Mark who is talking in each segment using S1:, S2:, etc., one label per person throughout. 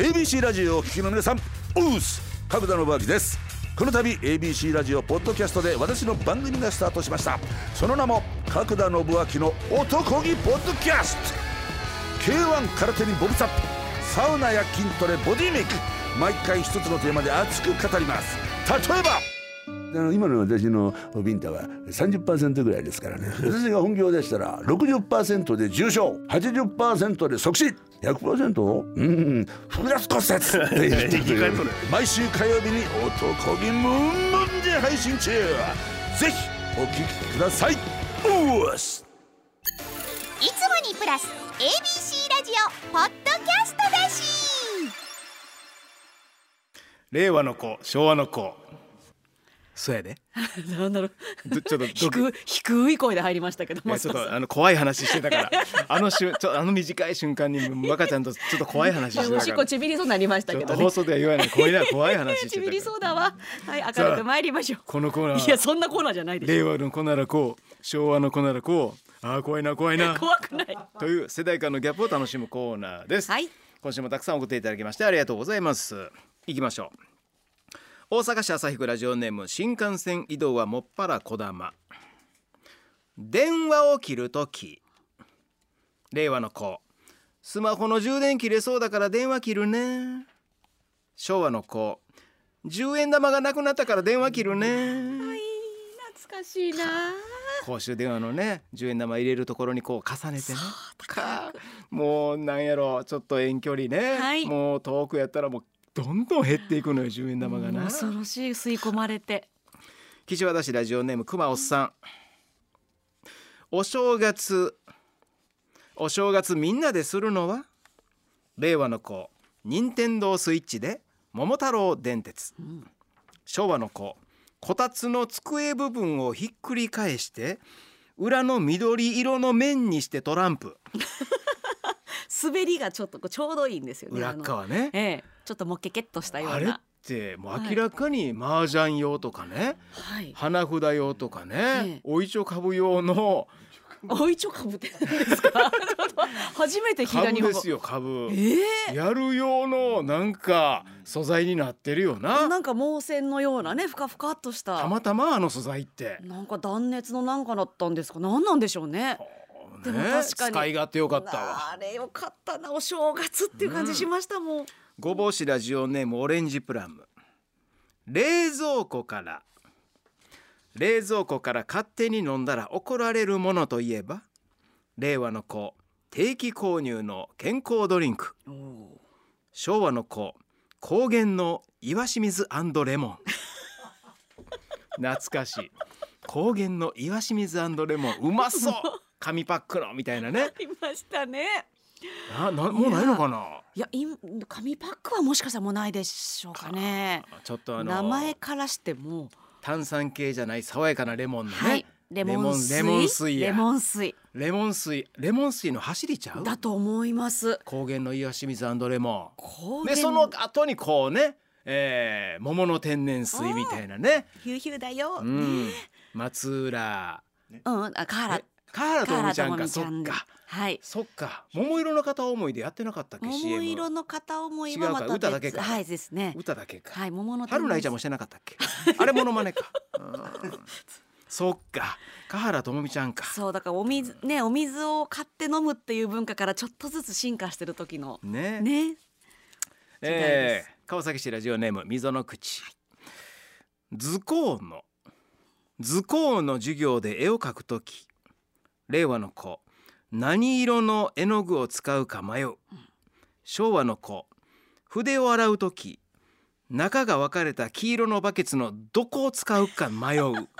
S1: ABC ラジオをお聞きの皆さん、おうす角田信明です。この度 ABC ラジオポッドキャストで私の番組がスタートしました。その名も角田信明の男気ポッドキャスト。 K1 空手にボブサップ、サウナや筋トレ、ボディメイク、毎回一つのテーマで熱く語ります。例えば今の私のビンタは 30% ぐらいですからね。私が本気を出したら 60% で重症、 80% で即死、 100% 複雑骨折って言ってくれる毎週火曜日に男気ムンムンで配信中。ぜひお聞きください。おーす。
S2: いつもにプラス ABC ラジオポッドキャストだし。
S3: 令和の子、昭和の子。そうやで。
S4: なんだろう、
S3: ちょっと
S4: 低い声で入りましたけども、
S3: ちょっと怖い話してたからあの短い瞬間に若ちゃんとちょっと怖い話してたから、
S4: おしっこちびりそうになりましたけどね。
S3: 放送では言わない怖い話してたから
S4: ちびりそうだわ。はい、明るく参りましょう。
S3: このコーナー、
S4: いやそんなコーナーじゃないです。
S3: 令和の子ならこう、昭和の子ならこう、ああ怖いな
S4: 怖くない
S3: という世代間のギャップを楽しむコーナーです、
S4: はい、
S3: 今週もたくさん送っていただきましてありがとうございます。行きましょう。大阪市旭区ラジオネーム、新幹線移動はもっぱらこだま。電話を切るとき、令和の子、スマホの充電切れそうだから電話切るね。昭和の子、10円玉がなくなったから電話切るね。
S4: はい、懐かしいな。
S3: 公衆電話のね、10円玉入れるところにこう重ねてね、もうなんやろ、ちょっと遠距離ね、
S4: はい、
S3: もう遠くやったらもうどんどん減っていくのよ、10円玉がな。
S4: 恐ろしい、吸い込まれて。
S3: 岸和田市ラジオネーム、熊おっさん。お正月みんなでするのは、令和の子、任天堂スイッチで桃太郎電鉄、昭和の子、こたつの机部分をひっくり返して裏の緑色の面にしてトランプ
S4: 滑りがちょっとちょうどいいんですよね、
S3: 裏側ね、
S4: ちょっともっけけっとしたような。
S3: あれってもう明らかに麻雀用とかね、
S4: はい、
S3: 花札用とかね、おいちょ株用の
S4: おいちょ株って何ですか初めて聞いた日本語。
S3: 株ですよ、株、やる用のなんか素材になってるよな。
S4: なんか毛線のようなね、ふかふかっとした。
S3: たまたまあの素材って
S4: なんか断熱のなんかだったんですか。何なんでしょうね。でも確かに
S3: 使い勝手よかったわ。
S4: あれよかったな、お正月っていう感じしましたもん。
S3: ごぼうしラジオネーム、オレンジプラム。冷蔵庫から勝手に飲んだら怒られるものといえば、令和の子、定期購入の健康ドリンク。昭和の子、高原の岩清水&レモン懐かしい。高原の岩清水&レモン、うまそう紙パックのみたいなね。
S4: ありましたね。
S3: もうないのかな。
S4: いや、紙パックはもしかしたらもうないでしょうかね。
S3: ちょっと
S4: 名前からしても
S3: 炭酸系じゃない爽やかなレモンのね、
S4: はい、レモン水
S3: の走りちゃう
S4: だと思います。
S3: 高原の岩清水&レモンで、その後にこうね、桃の天然水みたいなね、
S4: ヒューヒューだよ、
S3: 松浦、
S4: カーラ
S3: ともみちゃんか。そっか、
S4: はい、
S3: そっか。桃色の片思いでやってなかったっけ。 CM
S4: 桃色の片思いはまた別。
S3: 歌だけか。
S4: はいですね、
S3: 歌だけか。
S4: はい、桃の
S3: 春菜ちゃんもしてなかったっけあれモノマネかそっか、カ原ともみちゃんか。
S4: そうだからお水を買って飲むっていう文化からちょっとずつ進化してる時のね。
S3: 川崎市ラジオネーム、溝の口。図工の授業で絵を描くとき、令和の子、何色の絵の具を使うか迷う。昭和の子、筆を洗うとき中が分かれた黄色のバケツのどこを使うか迷うね、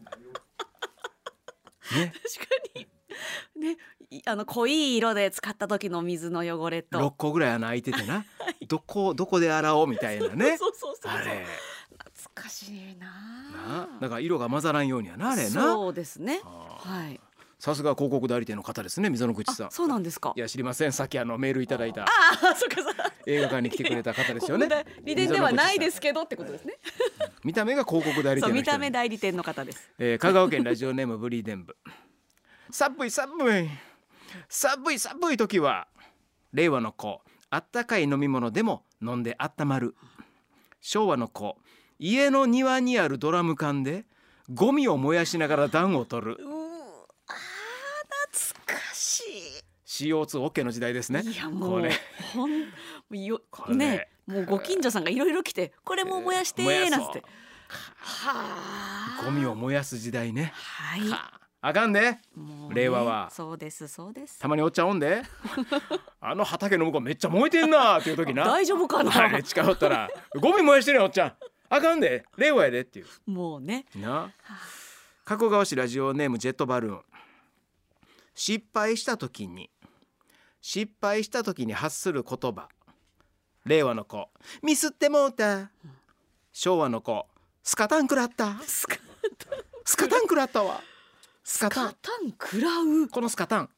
S4: 確かにね、濃い色で使った時の水の汚れと
S3: 6個ぐらい穴開いててなどこで洗おうみたいなね
S4: そう
S3: あれ
S4: 懐かしいな。
S3: だから色が混ざらんようにはな、あれな。
S4: そうですね、はい。
S3: さすが広告代理店の方ですね、溝の口さん。
S4: そうなんですか。
S3: いや知りません、さっきメールいただいた
S4: そうか
S3: 映画館に来てくれた方ですよね。
S4: 利点ではないですけどってことですね
S3: 見た目が広告代理店の人、
S4: 見た目代理店の方です。
S3: 香川県ラジオネームブリーデンブ。寒い時は令和の子、 あったかい飲み物でも飲んであったまる。昭和の子、家の庭にあるドラム缶でゴミを燃やしながら暖を取る。
S4: 懐かしい。
S3: CO2OK の時代ですね。
S4: いやもう
S3: これこれ
S4: ね、もうご近所さんがいろいろ来て、これも燃やして
S3: 燃やそう
S4: なんつって、はあ、
S3: ゴミを燃やす時代ね。
S4: はい、
S3: はあかんで、
S4: もうね
S3: 令和は
S4: そうですそうです。
S3: たまにおっちゃんおんであの畑の向こうめっちゃ燃えてんなっていう時な
S4: 大丈夫かな、
S3: はい、近寄ったらゴミ燃やしてるよおっちゃん、あかんで、令和やでっていう
S4: もうね、
S3: な。加古川市ラジオネームジェットバルーン。失敗した時に発する言葉。令和の子、ミスってもうた。昭和の子、スカタン食らった。スカタン食らったわ。スカタン、
S4: タン食らう。
S3: このスカタン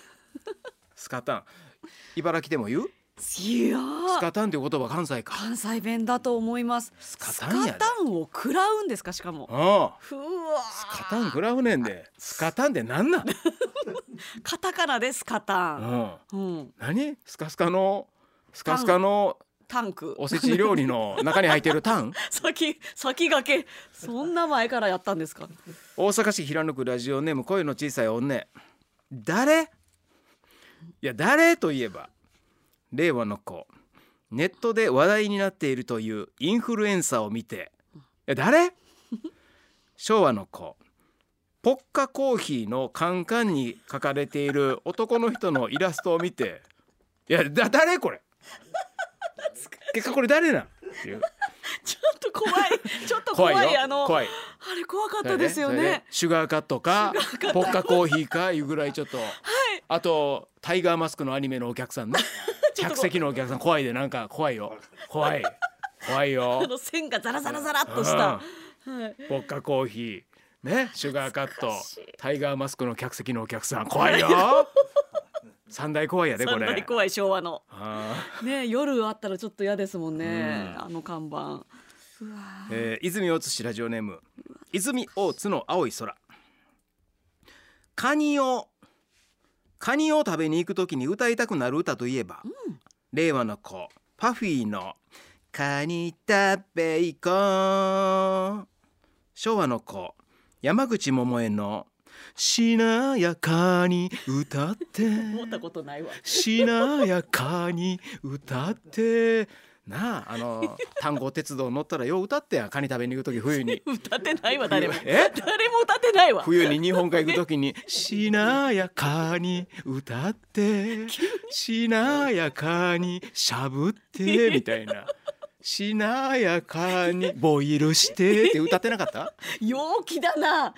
S3: 茨城でも言う？
S4: いや
S3: スカタンっていう言葉関西か。
S4: 関西弁だと思います。
S3: スカタンやで。
S4: スカタンを食らうんですか、しかも。
S3: ああ、
S4: ふわ
S3: スカタン食らうねんで。スカタンってなんなん？
S4: カタカナでスカタン、
S3: 何？スカスカの
S4: タンク、
S3: おせち料理の中に入ってるタン
S4: 先駆け、そんな前からやったんですか。
S3: 大阪市平野区ラジオネーム声の小さい女。誰？いや、誰といえば令和の子、ネットで話題になっているというインフルエンサーを見て、いや誰？昭和の子、ポッカコーヒーのカンカンに書かれている男の人のイラストを見て、いや誰これ結果これ誰なんっていう
S4: ちょっと怖い
S3: 怖いよ、怖い。
S4: あれ怖かったですよね。
S3: シュガーカットかポッカコーヒーかいうぐらいちょっと、あとタイガーマスクのアニメのお客さんね客席のお客さん怖いで、なんか怖いよ、怖いよ
S4: 線がザラザラザラっとした、
S3: ポッカコーヒーね、シュガーカット、タイガーマスクの客席のお客さん怖いよ三大怖いやでこれ。
S4: 三大怖い、昭和のね、夜あったらちょっと嫌ですもんね、あの看板。
S3: 泉大津市ラジオネーム泉大津の青い空。カニを食べに行くときに歌いたくなる歌といえば、令和の子、パフィーのカニ食べ行こう。昭和の子、山口百恵のしなやかに歌って
S4: 思ったことないわ。
S3: しなやかに歌ってなあ、単語鉄道乗ったらよう歌ってや、カニ食べに行くとき冬に
S4: 歌ってないわ、誰も歌
S3: って
S4: ないわ。
S3: 冬に日本海行くときにしなやかに歌ってしなやかにしゃぶってみたいな、しなやかにボイルしてって歌ってなかった？
S4: 陽気だな。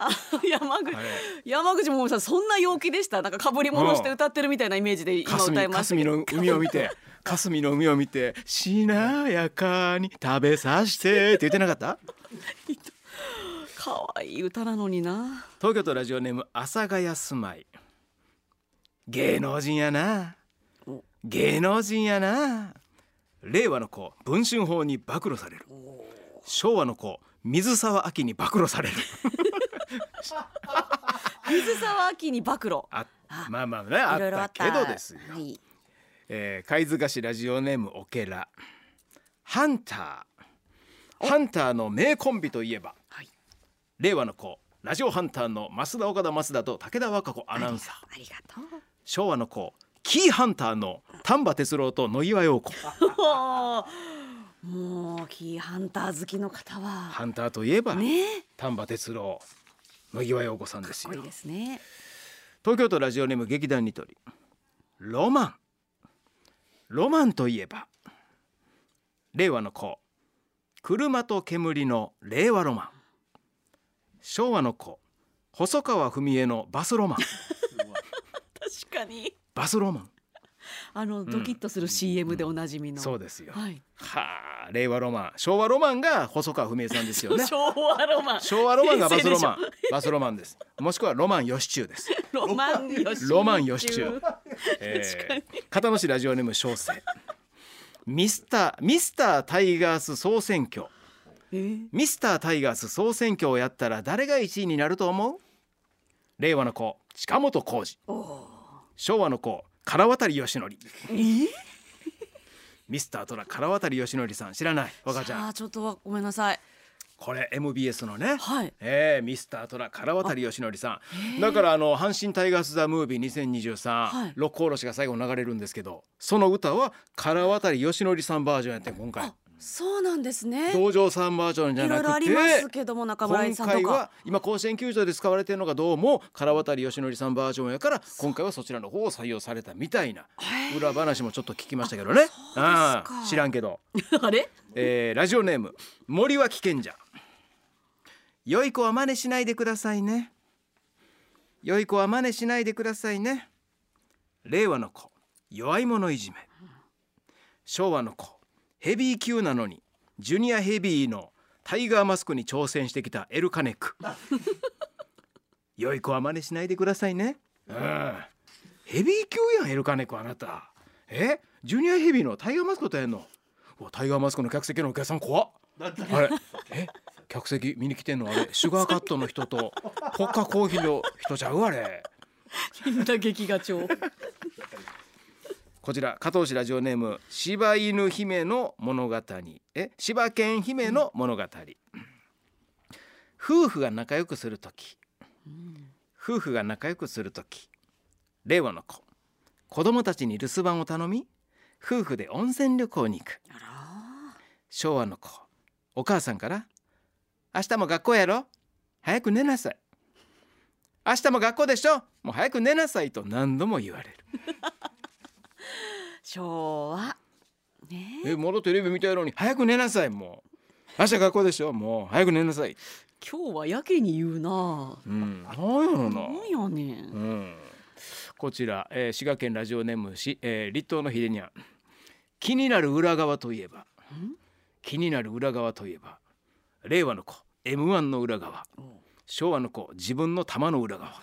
S4: 山口百恵さん、そんな陽気でした？なんか被り物して歌ってるみたいなイメージで今歌いましたけど。
S3: 霞の海を見てしなやかに食べさせてって言ってなかった？
S4: 可愛い歌なのにな。
S3: 東京都ラジオネーム阿佐ヶ谷住まい。芸能人やな。令和の子、文春砲に暴露される。昭和の子、水沢秋に暴露される
S4: 水沢秋に暴露、
S3: まあね、あったけどですよ。貝塚市ラジオネームオケラ。ハンターの名コンビといえば、令和の子、ラジオハンターの増田岡田増田と武田和歌子アナウンサー。
S4: ありがとう。
S3: 昭和の子、キーハンターの丹波哲郎と野岩陽子。
S4: もうキーハンター好きの方は
S3: ハンターといえば、
S4: ね、
S3: 丹波哲郎、野岩陽子さんですよ。
S4: かっこいいですね。
S3: 東京都ラジオネーム劇団ニトリ。ロマンといえば、令和の子、車と煙の令和ロマン。昭和の子、細川文江のバスロマン
S4: 確かに
S3: バスロマン、
S4: ドキッとする CM でおなじみの、
S3: そうですよ。
S4: はい、
S3: 令和ロマン、昭和ロマンが細川文江さんですよね。
S4: 昭和ロマン
S3: がバスロマンです。もしくはロマンヨシチュウです。
S4: ロマンヨシチュウ、
S3: 片野市ラジオネーム小生。ミスタータイガース総選挙。ミスタータイガース総選挙をやったら誰が1位になると思う？令和の子、近本浩二。昭和の子、唐渡義則。 ミスタートラ唐渡義則さん知らない？若ちゃん
S4: ちょっとごめんなさい。
S3: これ MBS のね、
S4: はい、
S3: ミスタートラ唐渡義則さんだから阪神タイガースザムービー2023、
S4: はい、
S3: 六甲おろしが最後流れるんですけど、その歌は唐渡義則さんバージョンやって今回。
S4: そうなんですね。
S3: 道場さんバージョンじゃなくて、
S4: いろいろありますけども、中村さんとか
S3: 今回は今甲子園球場で使われているのがどうも唐渡義則さんバージョンやから、今回はそちらの方を採用されたみたいな裏話もちょっと聞きましたけどね。知らんけど
S4: あれ、
S3: ラジオネーム森脇賢者。良い子は真似しないでくださいね。良い子は真似しないでくださいね。令和の子弱い者いじめ、昭和の子ヘビー級なのにジュニアヘビーのタイガーマスクに挑戦してきたエルカネック良い子は真似しないでくださいね。ヘビー級やんエルカネックあなた。ジュニアヘビーのタイガーマスクとやんの？タイガーマスクの客席のお客さん怖っ。あれ客席見に来てんのあれシュガーカットの人とポッカコーヒーの人ちゃうあれ。
S4: みんな劇画調
S3: こちら加藤市ラジオネーム柴犬姫の物語、柴犬姫の物語。夫婦が仲良くするとき、夫婦が仲良くするとき、令和の子子供たちに留守番を頼み夫婦で温泉旅行に行く。昭和の子お母さんから明日も学校やろ早く寝なさい、明日も学校でしょもう早く寝なさいと何度も言われる
S4: 昭和ね。
S3: まだテレビ見たいのに早く寝なさい、もう明日学校でしょもう早く寝なさい。
S4: 今日はやけに言うな。
S3: なんやろな。
S4: なんやねん。
S3: こちら、滋賀県ラジオネーム立東の秀にゃん。気になる裏側といえば、気になる裏側といえば令和の子 M1 の裏側、昭和の子自分の玉の裏側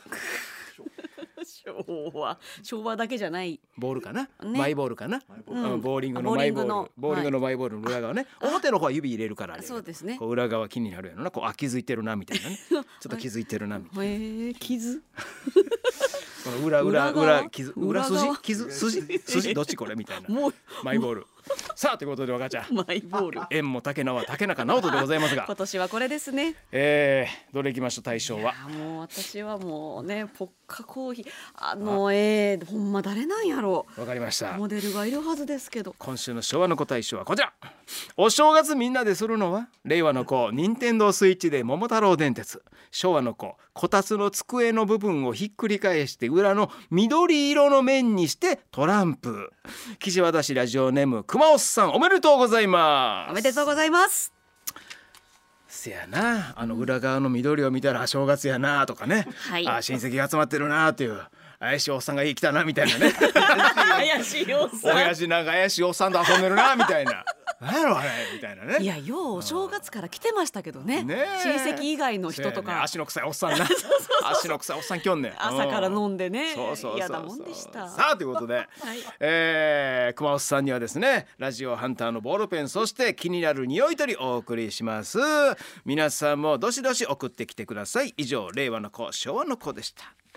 S4: 昭和だけじゃない。
S3: ボールかな、マイボールかな、ボーリングのマイボール、ボーリングのマイボールの裏側ね、表の方は指入れるからね。
S4: そうですね。
S3: こう裏側気になるやろな、こう気づいてるなみたいなねちょっと気づいてるなみたいな
S4: 傷
S3: この裏傷、裏筋どっちこれみたいなマイボールさあということで若ちゃん
S4: マイボール
S3: 縁も竹縄竹中直人でございますが
S4: 今年はこれですね。
S3: どれいきましょう大賞は。
S4: もう私はもうねポッカコーヒーほんま誰なんやろう。
S3: わかりました。
S4: モデルがいるはずですけど。
S3: 今週の昭和の子大賞はこちら。お正月みんなでするのは令和の子任天堂スイッチで桃太郎電鉄、昭和の子こたつの机の部分をひっくり返して裏の緑色の面にしてトランプ。岸和田市ラジオネーム熊尾さんおめでとうございます。
S4: おめでとうございます。
S3: せやな、裏側の緑を見たら正月やなとかね、親戚が集まってるなっていう怪しいおっさんが来たなみたいなね
S4: 怪しいおっさん、
S3: 親父なんか怪しいおっさんと遊んでるなみたいな何やろあれみたいなね。
S4: いやようお正月から来てましたけどね、親戚以外の人とか、
S3: 足の臭いおっさんな足の臭いおっさんきょんねん
S4: 朝から飲んでね、
S3: そう
S4: 嫌なもんでした。
S3: さあということで、熊尾さんにはですねラジオハンターのボールペン、そして気になる匂い取りお送りします。皆さんもどしどし送ってきてください。以上令和の子昭和の子でした。